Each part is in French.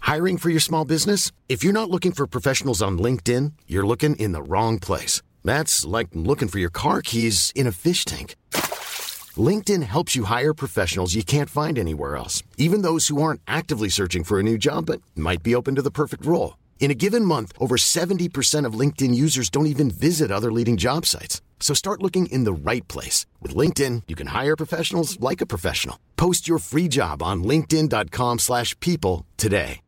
Hiring for your small business? If you're not looking for professionals on LinkedIn, you're looking in the wrong place. That's like looking for your car keys in a fish tank. LinkedIn helps you hire professionals you can't find anywhere else, even those who aren't actively searching for a new job but might be open to the perfect role. In a given month, over 70% of LinkedIn users don't even visit other leading job sites. So start looking in the right place. With LinkedIn, you can hire professionals like a professional. Post your free job on linkedin.com/people today.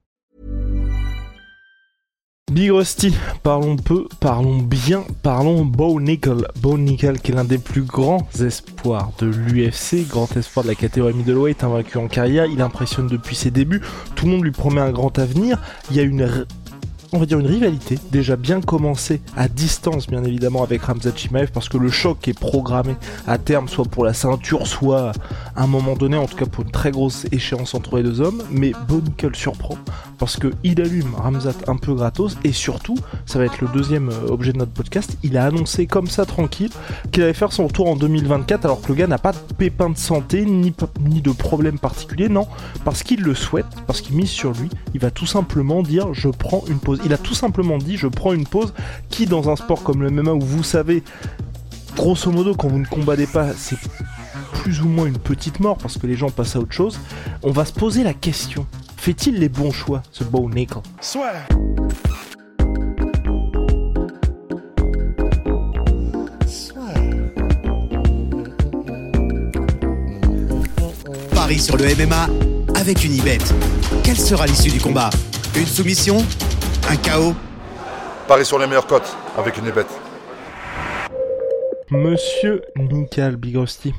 Big Rusty, parlons peu, parlons bien, parlons Bo Nickal. Bo Nickal qui est l'un des plus grands espoirs de l'UFC, grand espoir de la catégorie middleweight, invaincu en carrière, il impressionne depuis ses débuts, tout le monde lui promet un grand avenir, il y a une rivalité déjà bien commencée à distance bien évidemment avec Khamzat Chimaev parce que le choc est programmé à terme soit pour la ceinture soit à un moment donné en tout cas pour une très grosse échéance entre les deux hommes, mais Bo Nickal surprend parce qu'il allume Khamzat un peu gratos et surtout, ça va être le deuxième objet de notre podcast, il a annoncé comme ça tranquille qu'il allait faire son retour en 2024 alors que le gars n'a pas de pépin de santé ni de problème particulier, non, parce qu'il le souhaite, parce qu'il mise sur lui, il va tout simplement dire je prends une pause. Il a tout simplement dit je prends une pause qui dans un sport comme le MMA où vous savez grosso modo quand vous ne combattez pas c'est plus ou moins une petite mort parce que les gens passent à autre chose, on va se poser la question, fait-il les bons choix ce Bo Nickal? Paris sur le MMA avec Unibet. Quelle sera l'issue du combat? Une soumission? Un KO? Paris sur les meilleures cotes avec Unibet. Monsieur Nickal, Big Rusty.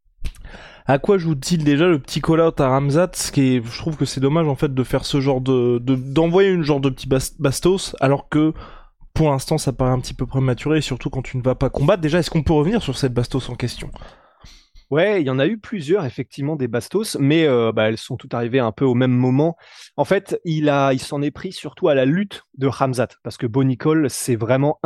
À quoi joue-t-il déjà le petit call-out à Khamzat? Je trouve que c'est dommage en fait de faire ce genre d'envoyer une genre de petit bastos alors que pour l'instant ça paraît un petit peu prématuré et surtout quand tu ne vas pas combattre. Déjà, est-ce qu'on peut revenir sur cette bastos en question? Ouais, il y en a eu plusieurs, effectivement, des bastos, mais elles sont toutes arrivées un peu au même moment. En fait, il s'en est pris surtout à la lutte de Khamzat, parce que Bo Nickal, c'est vraiment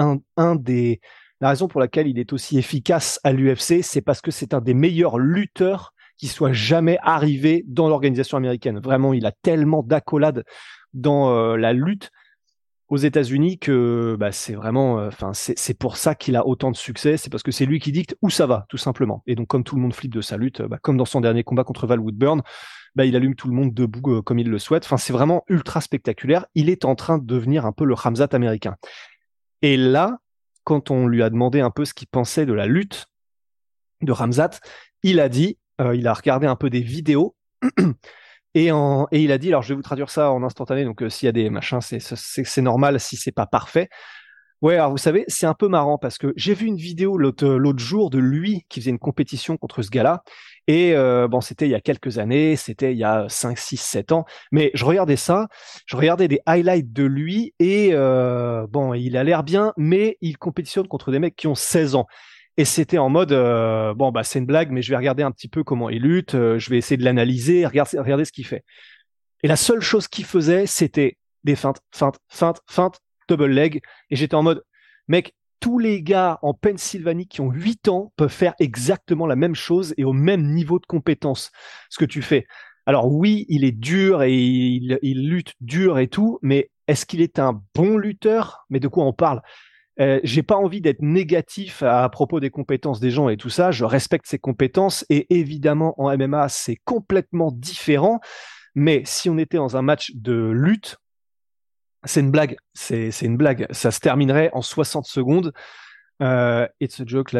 la raison pour laquelle il est aussi efficace à l'UFC, c'est parce que c'est un des meilleurs lutteurs qui soit jamais arrivé dans l'organisation américaine. Vraiment, il a tellement d'accolades dans la lutte aux États-Unis que c'est vraiment, c'est pour ça qu'il a autant de succès. C'est parce que c'est lui qui dicte où ça va, tout simplement. Et donc, comme tout le monde flippe de sa lutte, comme dans son dernier combat contre Val Woodburn, il allume tout le monde debout comme il le souhaite. Enfin, c'est vraiment ultra spectaculaire. Il est en train de devenir un peu le Khamzat américain. Et là, quand on lui a demandé un peu ce qu'il pensait de la lutte de Khamzat, il a dit, il a regardé un peu des vidéos. Et il a dit, alors je vais vous traduire ça en instantané, donc s'il y a des machins, c'est normal si c'est pas parfait. Ouais, alors vous savez, c'est un peu marrant parce que j'ai vu une vidéo l'autre jour de lui qui faisait une compétition contre ce gars-là. Et c'était il y a quelques années, c'était il y a 5, 6, 7 ans. Mais je regardais ça, je regardais des highlights de lui et il a l'air bien, mais il compétitionne contre des mecs qui ont 16 ans. Et c'était en mode, c'est une blague, mais je vais regarder un petit peu comment il lutte, je vais essayer de l'analyser, regarder ce qu'il fait. Et la seule chose qu'il faisait, c'était des feintes, double leg. Et j'étais en mode, mec, tous les gars en Pennsylvanie qui ont 8 ans peuvent faire exactement la même chose et au même niveau de compétence, ce que tu fais. Alors oui, il est dur et il lutte dur et tout, mais est-ce qu'il est un bon lutteur? Mais de quoi on parle? J'ai pas envie d'être négatif à propos des compétences des gens et tout ça. Je respecte ses compétences et évidemment en MMA c'est complètement différent. Mais si on était dans un match de lutte, c'est une blague. C'est une blague. Ça se terminerait en 60 secondes. It's a joke.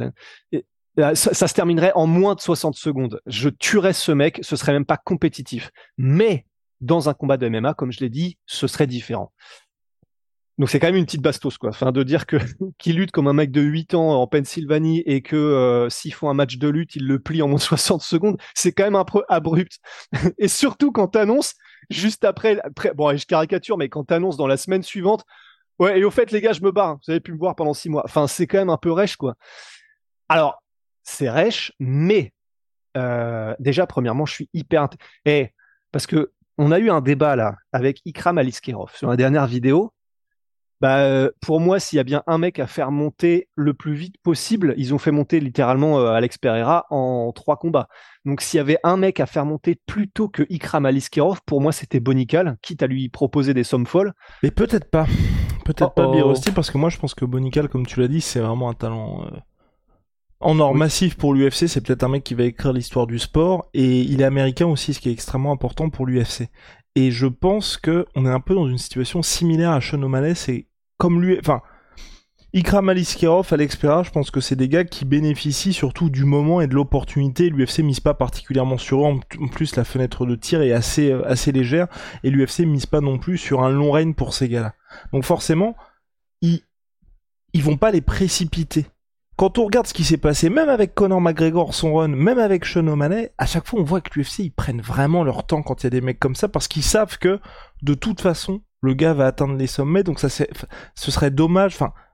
Ça se terminerait en moins de 60 secondes. Je tuerais ce mec. Ce serait même pas compétitif. Mais dans un combat de MMA, comme je l'ai dit, ce serait différent. Donc c'est quand même une petite bastos, quoi. Enfin, de dire qu'il lutte comme un mec de 8 ans en Pennsylvanie et que s'ils font un match de lutte, il le plie en moins de 60 secondes, c'est quand même un peu abrupt. Et surtout quand t'annonces, juste après, bon, je caricature, mais quand t'annonces dans la semaine suivante, ouais, et au fait, les gars, je me barre, vous avez pu me voir pendant 6 mois. Enfin, c'est quand même un peu rêche, quoi. Alors, c'est rêche, mais déjà, premièrement, je suis hyper... parce que on a eu un débat, là, avec Ikram Aliskerov sur la dernière vidéo. Pour moi, s'il y a bien un mec à faire monter le plus vite possible, ils ont fait monter littéralement Alex Pereira en 3 combats. Donc s'il y avait un mec à faire monter plus tôt que Ikram Aliskirov, pour moi c'était Bonical, quitte à lui proposer des sommes folles. Mais peut-être pas. Peut-être pas Oh. Birosti, parce que moi je pense que Bonical, comme tu l'as dit, c'est vraiment un talent en or massif pour l'UFC. C'est peut-être un mec qui va écrire l'histoire du sport, et il est américain aussi, ce qui est extrêmement important pour l'UFC. Et je pense que on est un peu dans une situation similaire à Sean O'Malley. C'est comme lui, enfin, Ikram Aliskirov, Alex Pereira, je pense que c'est des gars qui bénéficient surtout du moment et de l'opportunité. L'UFC mise pas particulièrement sur eux. En plus, la fenêtre de tir est assez légère, et l'UFC mise pas non plus sur un long règne pour ces gars-là. Donc forcément, ils vont pas les précipiter. Quand on regarde ce qui s'est passé, même avec Conor McGregor, son run, même avec Sean O'Malley, à chaque fois on voit que l'UFC, ils prennent vraiment leur temps quand il y a des mecs comme ça, parce qu'ils savent que, de toute façon, le gars va atteindre les sommets, donc ce serait dommage,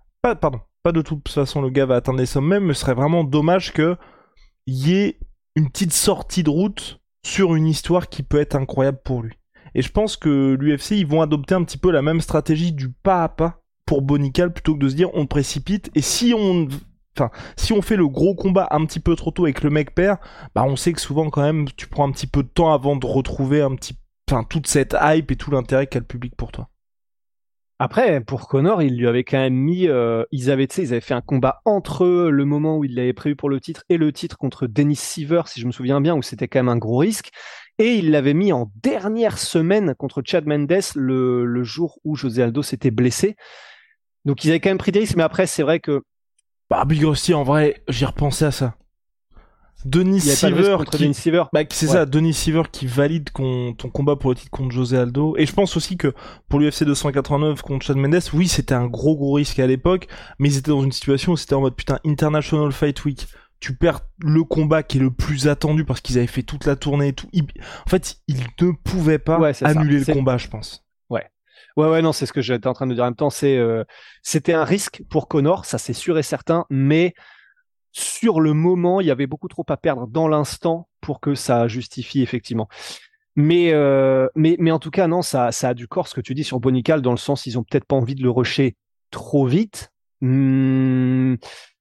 pas de toute façon le gars va atteindre les sommets, mais ce serait vraiment dommage qu'il y ait une petite sortie de route sur une histoire qui peut être incroyable pour lui. Et je pense que l'UFC, ils vont adopter un petit peu la même stratégie du pas à pas pour Bonical, plutôt que de se dire on précipite, et si on fait le gros combat un petit peu trop tôt et que le mec perd, on sait que souvent quand même tu prends un petit peu de temps avant de retrouver toute cette hype et tout l'intérêt qu'a le public pour toi. Après, pour Conor, il lui avait quand même mis, ils avaient fait un combat entre le moment où il l'avait prévu pour le titre et le titre contre Dennis Siver, si je me souviens bien, où c'était quand même un gros risque. Et il l'avait mis en dernière semaine contre Chad Mendes, le jour où José Aldo s'était blessé. Donc ils avaient quand même pris des risques, mais après, c'est vrai que Big Rusty, en vrai, j'y repensais à ça. Denis Siver, ça, Denis Siver qui valide ton combat pour le titre contre José Aldo. Et je pense aussi que pour l'UFC 289 contre Chad Mendes, oui, c'était un gros risque à l'époque, mais ils étaient dans une situation où c'était en mode putain, International Fight Week. Tu perds le combat qui est le plus attendu parce qu'ils avaient fait toute la tournée et tout. En fait, ils ne pouvaient pas annuler le combat, je pense. Ouais, non, c'est ce que j'étais en train de dire en même temps. C'était un risque pour Conor, ça c'est sûr et certain, mais sur le moment, il y avait beaucoup trop à perdre dans l'instant pour que ça justifie effectivement. Mais en tout cas, non, ça a du corps ce que tu dis sur Bonical, dans le sens ils ont peut-être pas envie de le rusher trop vite. Mais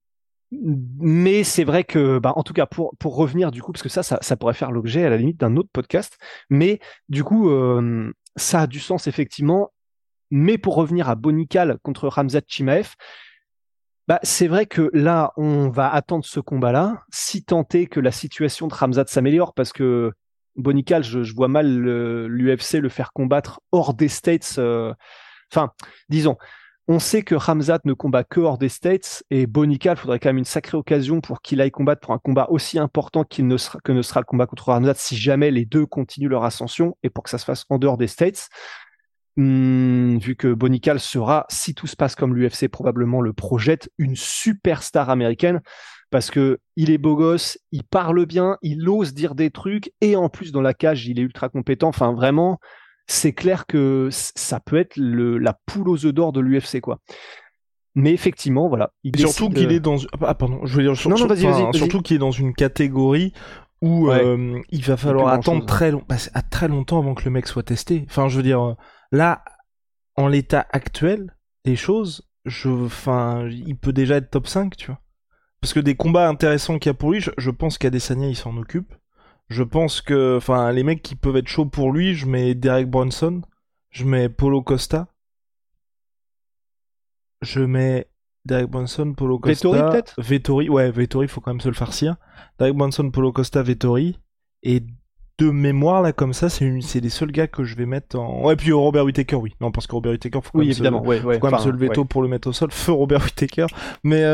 c'est vrai que, en tout cas, pour revenir du coup, parce que ça pourrait faire l'objet à la limite d'un autre podcast, mais du coup, ça a du sens effectivement. Mais pour revenir à Bonical contre Khamzat Chimaev, c'est vrai que là, on va attendre ce combat-là, si tant est que la situation de Khamzat s'améliore, parce que Bonical, je vois mal l'UFC le faire combattre hors des States. Disons, on sait que Khamzat ne combat que hors des States, et Bonical, il faudrait quand même une sacrée occasion pour qu'il aille combattre pour un combat aussi important que ne sera le combat contre Khamzat, si jamais les deux continuent leur ascension, et pour que ça se fasse en dehors des States. Vu que Bonical sera, si tout se passe comme l'UFC probablement le projette, une superstar américaine, parce que il est beau gosse, il parle bien, il ose dire des trucs, et en plus dans la cage il est ultra compétent. Enfin vraiment, c'est clair que ça peut être la poule aux œufs d'or de l'UFC, quoi. Mais effectivement, voilà. Surtout qu'il est dans surtout qu'il est dans une catégorie où il va falloir attendre très longtemps avant que le mec soit testé. Enfin, je veux dire, là, en l'état actuel des choses, il peut déjà être top 5, tu vois. Parce que des combats intéressants qu'il y a pour lui, je pense qu'Adesanya, il s'en occupe. Je pense que, les mecs qui peuvent être chauds pour lui, je mets Derek Brunson, je mets Paulo Costa, je mets Derek Brunson, Paulo Costa, Vettori peut-être. Vettori, faut quand même se le farcir. Derek Brunson, Paulo Costa, Vettori, et de mémoire là comme ça, c'est les seuls gars que je vais mettre en. Ouais, puis Robert Whittaker, oui. Non, parce que Robert Whittaker, faut quand même se lever tôt pour le mettre au sol. Feu Robert Whittaker, mais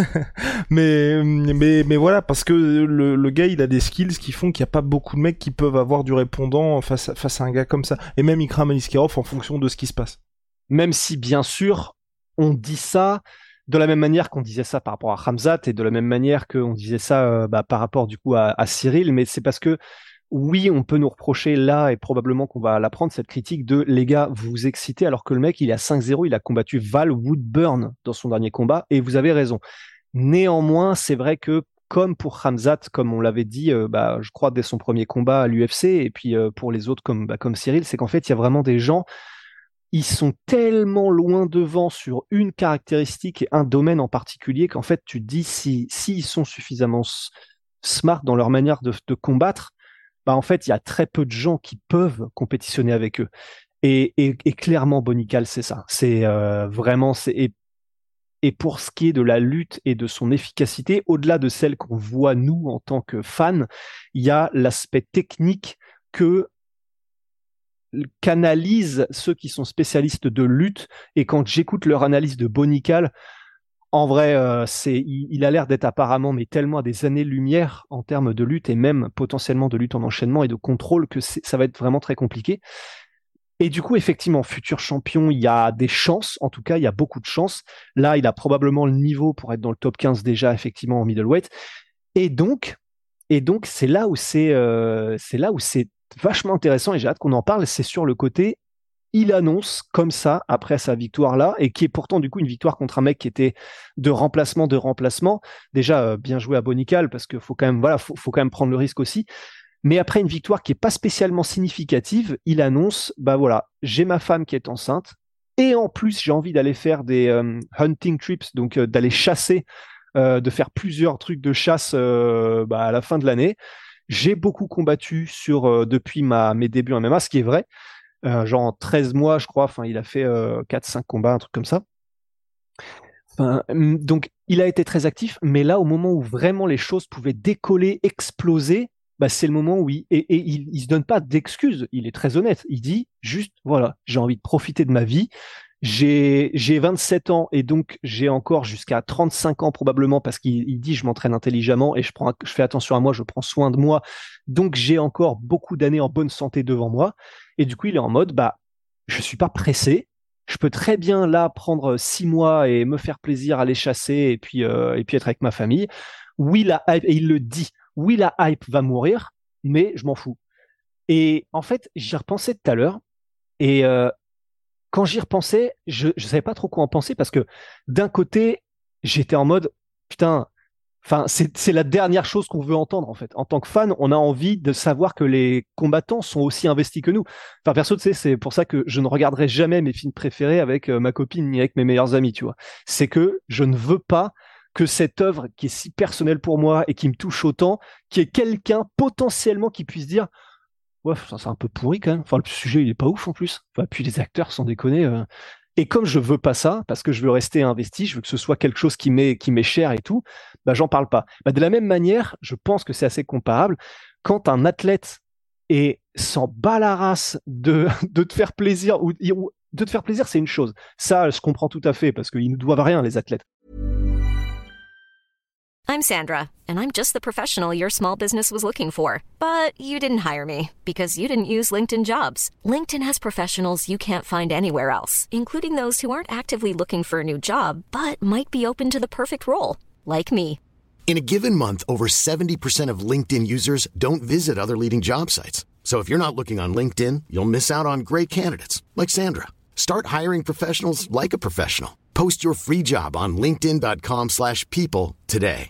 voilà, parce que le gars, il a des skills qui font qu'il n'y a pas beaucoup de mecs qui peuvent avoir du répondant face à un gars comme ça. Et même Ikram Aliskirov en fonction de ce qui se passe. Même si bien sûr, on dit ça de la même manière qu'on disait ça par rapport à Khamzat, et de la même manière qu'on disait ça par rapport du coup à Cyril, mais c'est parce que oui, on peut nous reprocher là, et probablement qu'on va l'apprendre, cette critique de les gars, vous vous excitez, alors que le mec, il est à 5-0, il a combattu Val Woodburn dans son dernier combat, et vous avez raison. Néanmoins, c'est vrai que, comme pour Khamzat, comme on l'avait dit, je crois, dès son premier combat à l'UFC, et puis pour les autres comme Cyril, c'est qu'en fait, il y a vraiment des gens ils sont tellement loin devant sur une caractéristique et un domaine en particulier qu'en fait, tu te dis s'ils sont suffisamment smart dans leur manière de combattre, bah en fait, il y a très peu de gens qui peuvent compétitionner avec eux. Et clairement, Bonical, c'est ça. C'est vraiment, et pour ce qui est de la lutte et de son efficacité, au-delà de celle qu'on voit nous en tant que fans, il y a l'aspect technique que canalisent ceux qui sont spécialistes de lutte. Et quand j'écoute leur analyse de Bonical, en vrai, il a l'air d'être apparemment, mais tellement à des années-lumière en termes de lutte et même potentiellement de lutte en enchaînement et de contrôle que ça va être vraiment très compliqué. Et du coup, effectivement, futur champion, il y a des chances, en tout cas, il y a beaucoup de chances. Là, il a probablement le niveau pour être dans le top 15 déjà, effectivement, en middleweight. Et donc, c'est là où c'est vachement intéressant et j'ai hâte qu'on en parle. C'est sur le côté, il annonce comme ça, après sa victoire là, et qui est pourtant du coup une victoire contre un mec qui était de remplacement. Déjà, bien joué à Bonical parce qu'il faut quand même, voilà, faut quand même prendre le risque aussi. Mais après une victoire qui est pas spécialement significative, il annonce, bah voilà, j'ai ma femme qui est enceinte, et en plus j'ai envie d'aller faire des hunting trips, donc d'aller chasser, de faire plusieurs trucs de chasse à la fin de l'année. J'ai beaucoup combattu depuis mes débuts en MMA, ce qui est vrai. Genre en 13 mois, je crois, enfin, il a fait 4-5 combats, un truc comme ça. Enfin, donc, il a été très actif, mais là, au moment où vraiment les choses pouvaient décoller, exploser, bah, c'est le moment où il se donne pas d'excuses. Il est très honnête. Il dit juste, voilà, j'ai envie de profiter de ma vie. J'ai 27 ans et donc j'ai encore jusqu'à 35 ans probablement parce qu'il dit je m'entraîne intelligemment et je fais attention à moi, je prends soin de moi. Donc j'ai encore beaucoup d'années en bonne santé devant moi. Et du coup, il est en mode, bah, je suis pas pressé. Je peux très bien là prendre 6 mois et me faire plaisir, aller chasser et puis être avec ma famille. Oui, la hype, et il le dit, oui, la hype va mourir, mais je m'en fous. Et en fait, j'y repensais tout à l'heure et quand j'y repensais, je savais pas trop quoi en penser parce que d'un côté, j'étais en mode putain, enfin c'est la dernière chose qu'on veut entendre en fait. En tant que fan, on a envie de savoir que les combattants sont aussi investis que nous. Enfin perso, tu sais, c'est pour ça que je ne regarderai jamais mes films préférés avec ma copine ni avec mes meilleurs amis, tu vois. C'est que je ne veux pas que cette œuvre qui est si personnelle pour moi et qui me touche autant, qu'il y ait quelqu'un potentiellement qui puisse dire ouais, ça, c'est un peu pourri quand même. Enfin, le sujet, il est pas ouf en plus. Enfin, puis les acteurs, sans déconner. Et comme je veux pas ça, parce que je veux rester investi, je veux que ce soit quelque chose qui m'est cher et tout, bah, j'en parle pas. Bah, de la même manière, je pense que c'est assez comparable. Quand un athlète s'en bat la race de te faire plaisir, ou de te faire plaisir, c'est une chose. Ça, je comprends tout à fait, parce qu'ils ne doivent rien, les athlètes. I'm Sandra, and I'm just the professional your small business was looking for. But you didn't hire me because you didn't use LinkedIn Jobs. LinkedIn has professionals you can't find anywhere else, including those who aren't actively looking for a new job, but might be open to the perfect role, like me. In a given month, over 70% of LinkedIn users don't visit other leading job sites. So if you're not looking on LinkedIn, you'll miss out on great candidates like Sandra. Start hiring professionals like a professional. Post your free job on linkedin.com/people today.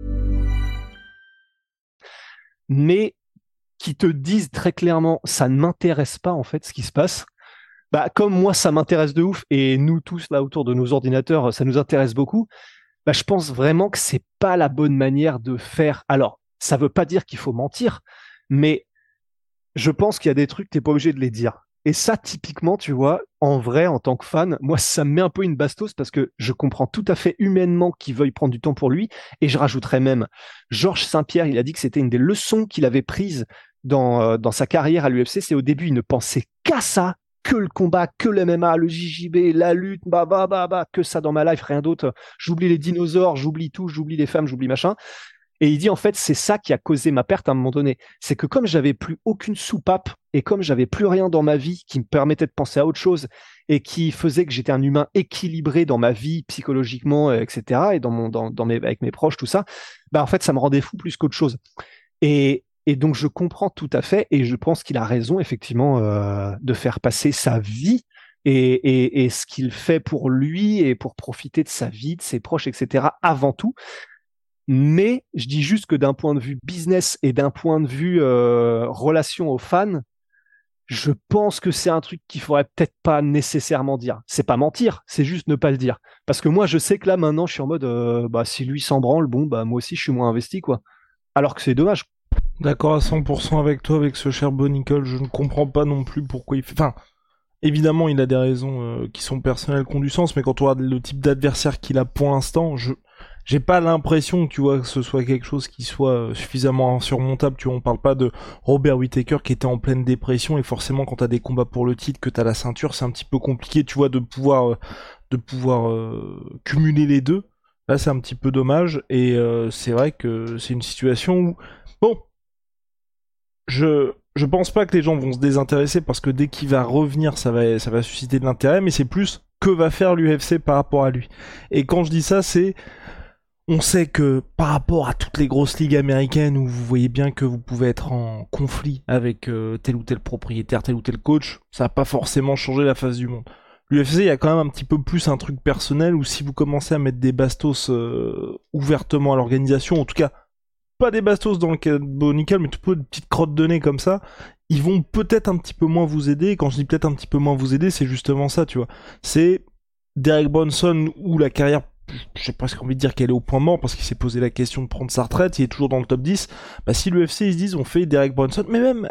Mais qui te disent très clairement ça ne m'intéresse pas en fait ce qui se passe, bah comme moi ça m'intéresse de ouf et nous tous là autour de nos ordinateurs ça nous intéresse beaucoup, bah je pense vraiment que c'est pas la bonne manière de faire. Alors ça veut pas dire qu'il faut mentir, mais je pense qu'il y a des trucs que t'es pas obligé de les dire. Et ça typiquement tu vois, en vrai en tant que fan, moi ça me met un peu une bastos parce que je comprends tout à fait humainement qu'il veuille prendre du temps pour lui. Et je rajouterais même, Georges Saint-Pierre, il a dit que c'était une des leçons qu'il avait prises dans sa carrière à l'UFC. C'est au début, il ne pensait qu'à ça, que le combat, que le MMA, le JJB, la lutte, que ça dans ma life, rien d'autre. J'oublie les dinosaures, j'oublie tout, j'oublie les femmes, j'oublie machin. Et il dit en fait c'est ça qui a causé ma perte à un moment donné. C'est que comme j'avais plus aucune soupape et comme j'avais plus rien dans ma vie qui me permettait de penser à autre chose et qui faisait que j'étais un humain équilibré dans ma vie psychologiquement, etc. et avec mes proches, tout ça, bah en fait ça me rendait fou plus qu'autre chose. Et donc je comprends tout à fait et je pense qu'il a raison effectivement de faire passer sa vie et ce qu'il fait pour lui et pour profiter de sa vie, de ses proches, etc. avant tout. Mais je dis juste que d'un point de vue business et d'un point de vue relation aux fans, je pense que c'est un truc qu'il faudrait peut-être pas nécessairement dire. C'est pas mentir, c'est juste ne pas le dire. Parce que moi, je sais que là, maintenant, je suis en mode, si lui s'en branle, bon, bah, moi aussi, je suis moins investi, quoi. Alors que c'est dommage. D'accord à 100% avec toi, avec ce cher Nicole. Je ne comprends pas non plus pourquoi il fait... Enfin, évidemment, il a des raisons qui sont personnelles, qui ont du sens, mais quand on regarde le type d'adversaire qu'il a pour l'instant, j'ai pas l'impression, tu vois, que ce soit quelque chose qui soit suffisamment insurmontable. Tu vois, on parle pas de Robert Whittaker qui était en pleine dépression, et forcément, quand t'as des combats pour le titre, que t'as la ceinture, c'est un petit peu compliqué, tu vois, de pouvoir cumuler les deux. Là, c'est un petit peu dommage, et c'est vrai que c'est une situation où, bon, je pense pas que les gens vont se désintéresser, parce que dès qu'il va revenir, ça va susciter de l'intérêt, mais c'est plus que va faire l'UFC par rapport à lui. Et quand je dis ça, c'est... On sait que par rapport à toutes les grosses ligues américaines où vous voyez bien que vous pouvez être en conflit avec tel ou tel propriétaire, tel ou tel coach, ça n'a pas forcément changé la face du monde. L'UFC, il y a quand même un petit peu plus un truc personnel où si vous commencez à mettre des bastos ouvertement à l'organisation, en tout cas pas des bastos dans le cas de Bonical, mais plutôt des petites crottes de nez comme ça, ils vont peut-être un petit peu moins vous aider. Et quand je dis peut-être un petit peu moins vous aider, c'est justement ça, tu vois. C'est Derek Brunson où la carrière, j'ai presque envie de dire qu'elle est au point mort parce qu'il s'est posé la question de prendre sa retraite, il est toujours dans le top 10. Bah, si l'UFC ils se disent on fait Derek Brunson, mais même,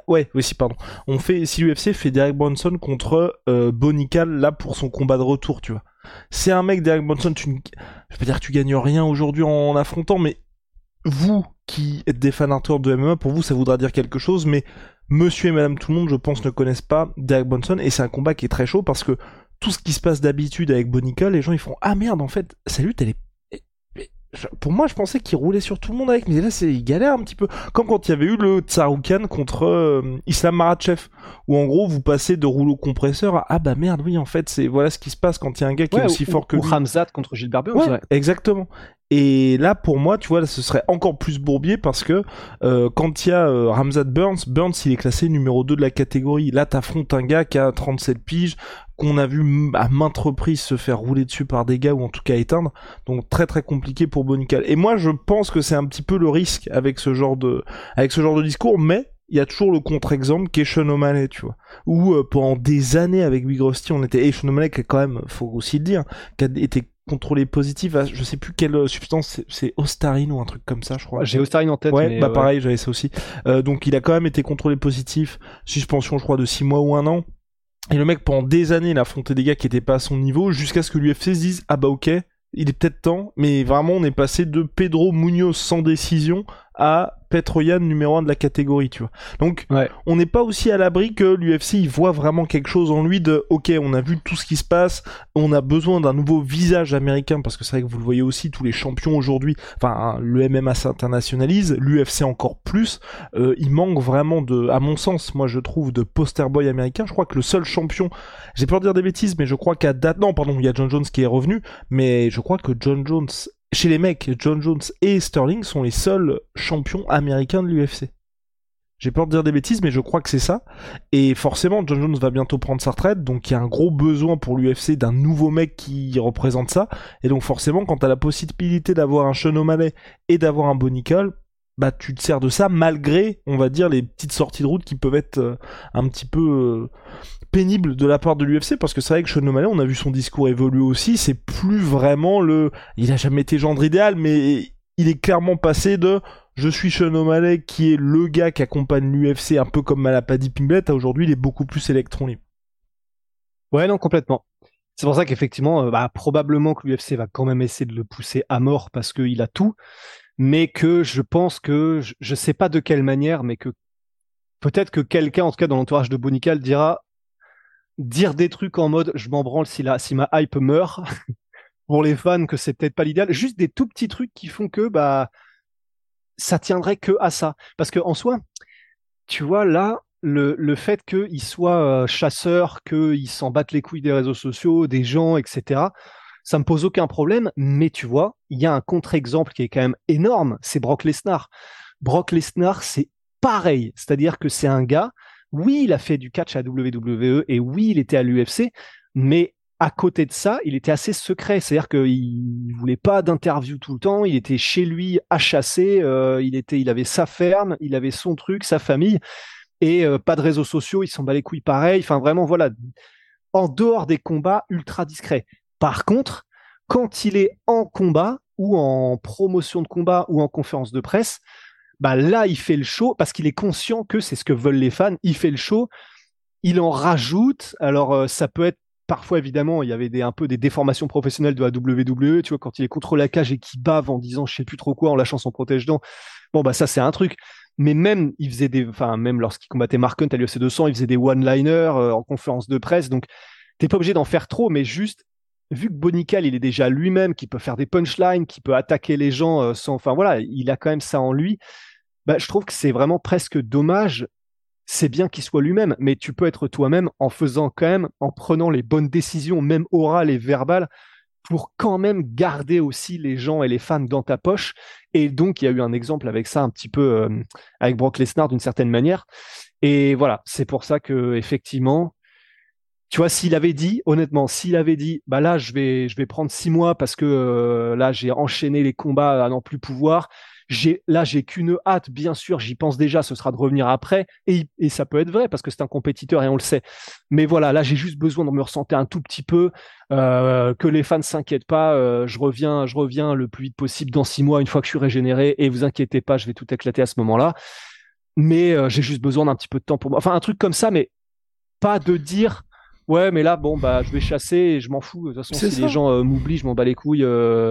si l'UFC fait Derek Brunson contre Bonical là pour son combat de retour, tu vois. C'est un mec, Derek Brunson, je vais pas dire que tu gagnes rien aujourd'hui en affrontant, mais vous qui êtes des fans hardcore de MMA, pour vous ça voudra dire quelque chose, mais monsieur et madame tout le monde, je pense, ne connaissent pas Derek Brunson, et c'est un combat qui est très chaud parce que tout ce qui se passe d'habitude avec Bonical, les gens ils font ah merde, en fait sa lutte elle est... Pour moi je pensais qu'il roulait sur tout le monde avec, mais là il galère un petit peu, comme quand il y avait eu le Tsaroukan contre Islam Makhachev, où en gros vous passez de rouleau compresseur à ah bah merde oui en fait c'est voilà ce qui se passe quand il y a un gars qui est aussi fort que lui. Ou Khamzat contre Gilbert Burns. Ouais, exactement. Et là, pour moi, tu vois, là, ce serait encore plus bourbier parce que quand il y a Khamzat Burns, il est classé numéro 2 de la catégorie. Là, t'affrontes un gars qui a 37 piges, qu'on a vu à maintes reprises se faire rouler dessus par des gars ou en tout cas éteindre. Donc très très compliqué pour Bonical. Et moi, je pense que c'est un petit peu le risque avec ce genre de discours, mais il y a toujours le contre-exemple qui est Sean O'Malley, tu vois. Où pendant des années avec Big Rusty, on était... Et Sean O'Malley qui a quand même, faut aussi le dire, qui a été contrôlé positif à, je sais plus quelle substance, c'est Ostarine ou un truc comme ça, je crois. J'ai Ostarine en tête. Ouais, mais pareil, j'avais ça aussi. Donc il a quand même été contrôlé positif, suspension je crois de 6 mois ou 1 an. Et le mec pendant des années il a affronté des gars qui étaient pas à son niveau, jusqu'à ce que l'UFC se dise ah bah ok, il est peut-être temps, mais vraiment on est passé de Pedro Munoz sans décision à Petroyan numéro 1 de la catégorie, tu vois. Donc on n'est pas aussi à l'abri que l'UFC il voit vraiment quelque chose en lui de ok, on a vu tout ce qui se passe, on a besoin d'un nouveau visage américain, parce que c'est vrai que vous le voyez aussi, tous les champions aujourd'hui, enfin le MMA s'internationalise, l'UFC encore plus, il manque vraiment de, à mon sens, moi je trouve, de poster boy américain. Je crois que le seul champion, j'ai peur de dire des bêtises, mais je crois qu'à date, non pardon, il y a John Jones qui est revenu, mais je crois que John Jones, chez les mecs, John Jones et Sterling sont les seuls champions américains de l'UFC. J'ai peur de dire des bêtises, mais je crois que c'est ça. Et forcément, John Jones va bientôt prendre sa retraite, donc il y a un gros besoin pour l'UFC d'un nouveau mec qui représente ça. Et donc forcément, quand t'as la possibilité d'avoir un Sean O'Malley et d'avoir un Bonical, bah tu te sers de ça malgré, on va dire, les petites sorties de route qui peuvent être un petit peu pénibles de la part de l'UFC, parce que c'est vrai que Sean O'Malley, on a vu son discours évoluer aussi, c'est plus vraiment il a jamais été gendre idéal, mais il est clairement passé de je suis Sean O'Malley qui est le gars qui accompagne l'UFC un peu comme Malapadi Pimblet, à aujourd'hui il est beaucoup plus électron libre. Ouais, non, complètement. C'est pour ça qu'effectivement, probablement que l'UFC va quand même essayer de le pousser à mort parce qu'il a tout, mais que je pense que, je sais pas de quelle manière, mais que peut-être que quelqu'un, en tout cas dans l'entourage de Bonical, dire des trucs en mode je m'en branle si ma hype meurt pour les fans, que c'est peut-être pas l'idéal, juste des tout petits trucs qui font que ça tiendrait que à ça, parce que en soi tu vois là le fait qu'il soit chasseur, qu'il s'en batte les couilles des réseaux sociaux, des gens, etc., ça me pose aucun problème, mais tu vois il y a un contre-exemple qui est quand même énorme, c'est Brock Lesnar. Brock Lesnar c'est pareil, c'est-à-dire que c'est un gars, oui, il a fait du catch à WWE et oui, il était à l'UFC, mais à côté de ça, il était assez secret. C'est-à-dire qu'il voulait pas d'interview tout le temps. Il était chez lui à chasser. Il avait sa ferme, il avait son truc, sa famille. et pas de réseaux sociaux, il s'en bat les couilles pareil. Enfin, vraiment, voilà, en dehors des combats, ultra discret. Par contre, quand il est en combat ou en promotion de combat ou en conférence de presse, bah là, il fait le show parce qu'il est conscient que c'est ce que veulent les fans. Il fait le show, il en rajoute. Alors, ça peut être parfois, évidemment, il y avait un peu des déformations professionnelles de la WWE, tu vois, quand il est contre la cage et qu'il bave en disant je sais plus trop quoi, en lâchant son protège-dents. Bon, bah ça, c'est un truc. Mais même, il faisait même lorsqu'il combattait Mark Hunt à l'UFC 200, il faisait des one-liners en conférence de presse. Donc, t'es pas obligé d'en faire trop, mais juste, vu que Bonical, il est déjà lui-même, qui peut faire des punchlines, qui peut attaquer les gens sans, enfin voilà, il a quand même ça en lui. Bah, je trouve que c'est vraiment presque dommage. C'est bien qu'il soit lui-même, mais tu peux être toi-même en faisant quand même, en prenant les bonnes décisions, même orales et verbales, pour quand même garder aussi les gens et les fans dans ta poche. Et donc, il y a eu un exemple avec ça un petit peu avec Brock Lesnar d'une certaine manière. Et voilà, c'est pour ça que effectivement, tu vois, honnêtement, s'il avait dit, bah là, je vais prendre 6 mois parce que là, j'ai enchaîné les combats à n'en plus pouvoir. J'ai qu'une hâte, bien sûr, j'y pense déjà, ce sera de revenir après. Et ça peut être vrai parce que c'est un compétiteur et on le sait. Mais voilà, là, j'ai juste besoin de me ressentir un tout petit peu, que les fans ne s'inquiètent pas. Je reviens le plus vite possible dans 6 mois, une fois que je suis régénéré. Et vous inquiétez pas, je vais tout éclater à ce moment-là. Mais j'ai juste besoin d'un petit peu de temps pour moi. Enfin, un truc comme ça, mais pas de dire. Ouais, mais là, bon, bah, je vais chasser et je m'en fous. De toute façon, si les gens m'oublient, je m'en bats les couilles.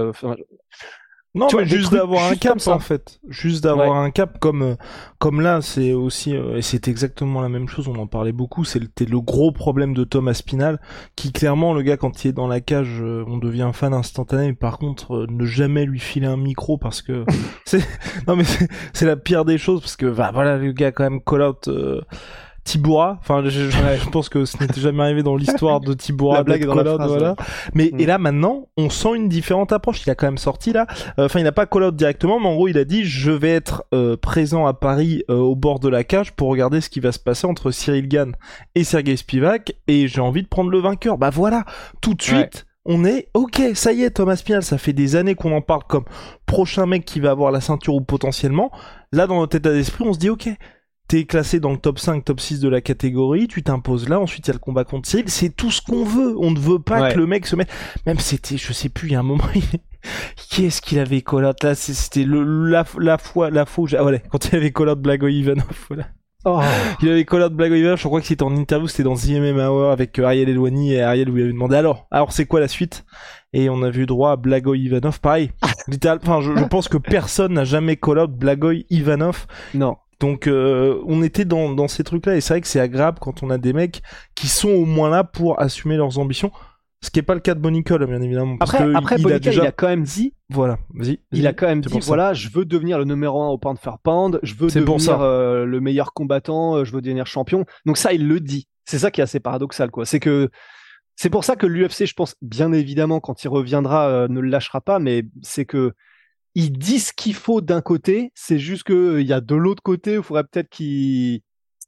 Non, tu mais vois, juste d'avoir un juste cap, comme ça. en fait. Juste d'avoir un cap, comme là, c'est aussi, et c'est exactement la même chose, on en parlait beaucoup, c'était le gros problème de Tom Aspinall, qui clairement, le gars, quand il est dans la cage, on devient un fan instantané, mais par contre, ne jamais lui filer un micro, parce que, non, mais c'est la pire des choses, parce que, bah, voilà, le gars, quand même, call out, Tibura, enfin je pense que ce n'était jamais arrivé dans l'histoire de Tibura. La blague est dans la call-out, phrase, voilà. ouais. Mais et là maintenant, on sent une différente approche. Il a quand même sorti là, enfin il n'a pas call out directement, mais en gros il a dit je vais être présent à Paris au bord de la cage pour regarder ce qui va se passer entre Cyril Gane et Sergei Spivak et j'ai envie de prendre le vainqueur. Bah voilà, tout de suite. On est ok, ça y est, Thomas Spinal, ça fait des années qu'on en parle comme prochain mec qui va avoir la ceinture ou potentiellement. Là, dans notre état d'esprit, on se dit ok, t'es classé dans le top 5, top 6 de la catégorie, tu t'imposes là, ensuite il y a le combat contre Cyril, c'est tout ce qu'on veut. On ne veut pas que le mec se mette... Même c'était, je sais plus, il y a un moment, qui est-ce qu'il avait call out là? C'était la fois, voilà, quand il avait call out Blagoy Ivanov, voilà. Oh. Il avait call out Blagoy Ivanov, je crois que c'était en interview, c'était dans The MMA Hour avec Ariel Elwani, et Ariel lui avait demandé alors c'est quoi la suite? Et on a vu droit à Blagoy Ivanov, pareil. Littéralement, je pense que personne n'a jamais call out Blagoy Ivanov. Non. Donc on était dans ces trucs-là et c'est vrai que c'est agréable quand on a des mecs qui sont au moins là pour assumer leurs ambitions. Ce qui est pas le cas de Bonical, bien évidemment. Parce après Bonical, il a quand même dit. Voilà, vas-y. Il a quand même dit, voilà, je veux devenir le numéro 1 au pound for pound, je veux devenir le meilleur combattant, je veux devenir champion. Donc ça, il le dit. C'est ça qui est assez paradoxal, quoi. C'est pour ça que l'UFC, je pense, bien évidemment, quand il reviendra, ne le lâchera pas, mais c'est que il dit ce qu'il faut d'un côté, c'est juste que il y a de l'autre côté, il faudrait peut-être qu'il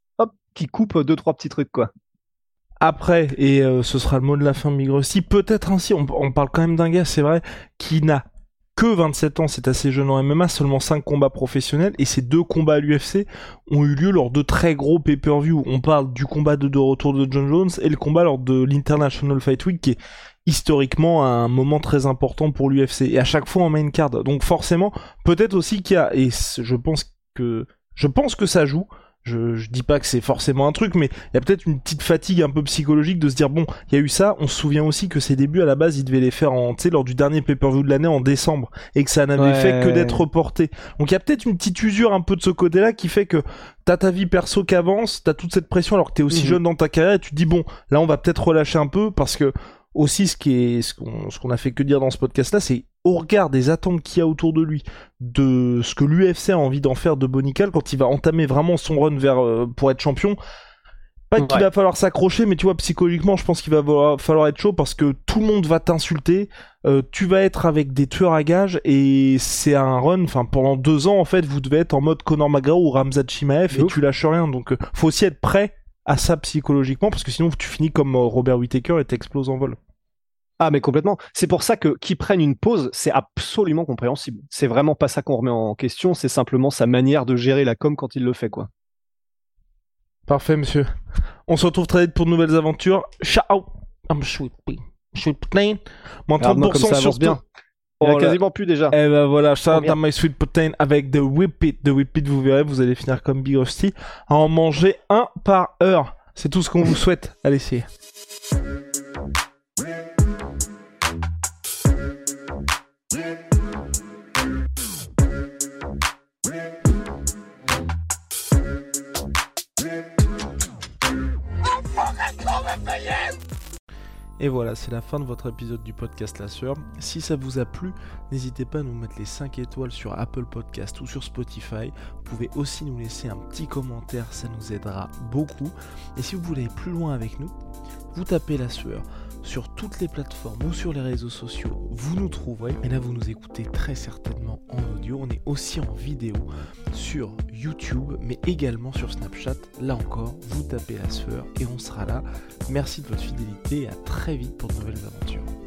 coupe 2-3 petits trucs, quoi. Après, et ce sera le mot de la fin de Migrossi, peut-être ainsi, on parle quand même d'un gars, c'est vrai, qui n'a que 27 ans, c'est assez jeune en MMA, seulement 5 combats professionnels, et ces 2 combats à l'UFC ont eu lieu lors de très gros pay-per-view. On parle du combat de retour de John Jones et le combat lors de l'International Fight Week, qui est historiquement un moment très important pour l'UFC, et à chaque fois en main card. Donc forcément, peut-être aussi qu'il y a, et je pense que ça joue. Je dis pas que c'est forcément un truc, mais il y a peut-être une petite fatigue un peu psychologique de se dire bon, il y a eu ça, on se souvient aussi que ses débuts à la base, il devait les faire lors du dernier pay-per-view de l'année en décembre, et que ça n'avait fait que d'être reporté. Donc il y a peut-être une petite usure un peu de ce côté-là qui fait que t'as ta vie perso qui avance, t'as toute cette pression alors que t'es aussi jeune dans ta carrière, et tu te dis bon, là on va peut-être relâcher un peu, parce que aussi ce qu'on a fait que dire dans ce podcast-là, c'est au regard des attentes qu'il y a autour de lui, de ce que l'UFC a envie d'en faire de Bonical quand il va entamer vraiment son run pour être champion. Pas qu'il va falloir s'accrocher, mais tu vois, psychologiquement, je pense qu'il va falloir être chaud parce que tout le monde va t'insulter, tu vas être avec des tueurs à gages et c'est un run, enfin, pendant 2 ans, en fait, vous devez être en mode Conor McGregor ou Ramzat Chimaev et tu lâches rien, donc faut aussi être prêt à ça psychologiquement parce que sinon tu finis comme Robert Whittaker et t'exploses en vol. Ah mais complètement. C'est pour ça que qu'ils prennent une pause, c'est absolument compréhensible. C'est vraiment pas ça qu'on remet en question, c'est simplement sa manière de gérer la com quand il le fait, quoi. Parfait, monsieur. On se retrouve très vite pour de nouvelles aventures. Ciao. I'm sweet protein. Moins 30% sur bien. Il y a quasiment plus déjà. Et ben voilà, shout out à My Sweet Protein avec The Whip It. The Whip It, vous verrez, vous allez finir comme Big Rusty à en manger un par heure. C'est tout ce qu'on vous souhaite. Allez, essayer. Et voilà, c'est la fin de votre épisode du podcast La Sueur. Si ça vous a plu, n'hésitez pas à nous mettre les 5 étoiles sur Apple Podcast ou sur Spotify. Vous pouvez aussi nous laisser un petit commentaire, ça nous aidera beaucoup. Et si vous voulez aller plus loin avec nous, vous tapez La Sueur sur toutes les plateformes ou sur les réseaux sociaux, vous nous trouverez. Et là, vous nous écoutez très certainement en audio. On est aussi en vidéo sur YouTube, mais également sur Snapchat. Là encore, vous tapez La Sueur et on sera là. Merci de votre fidélité et à très vite pour de nouvelles aventures.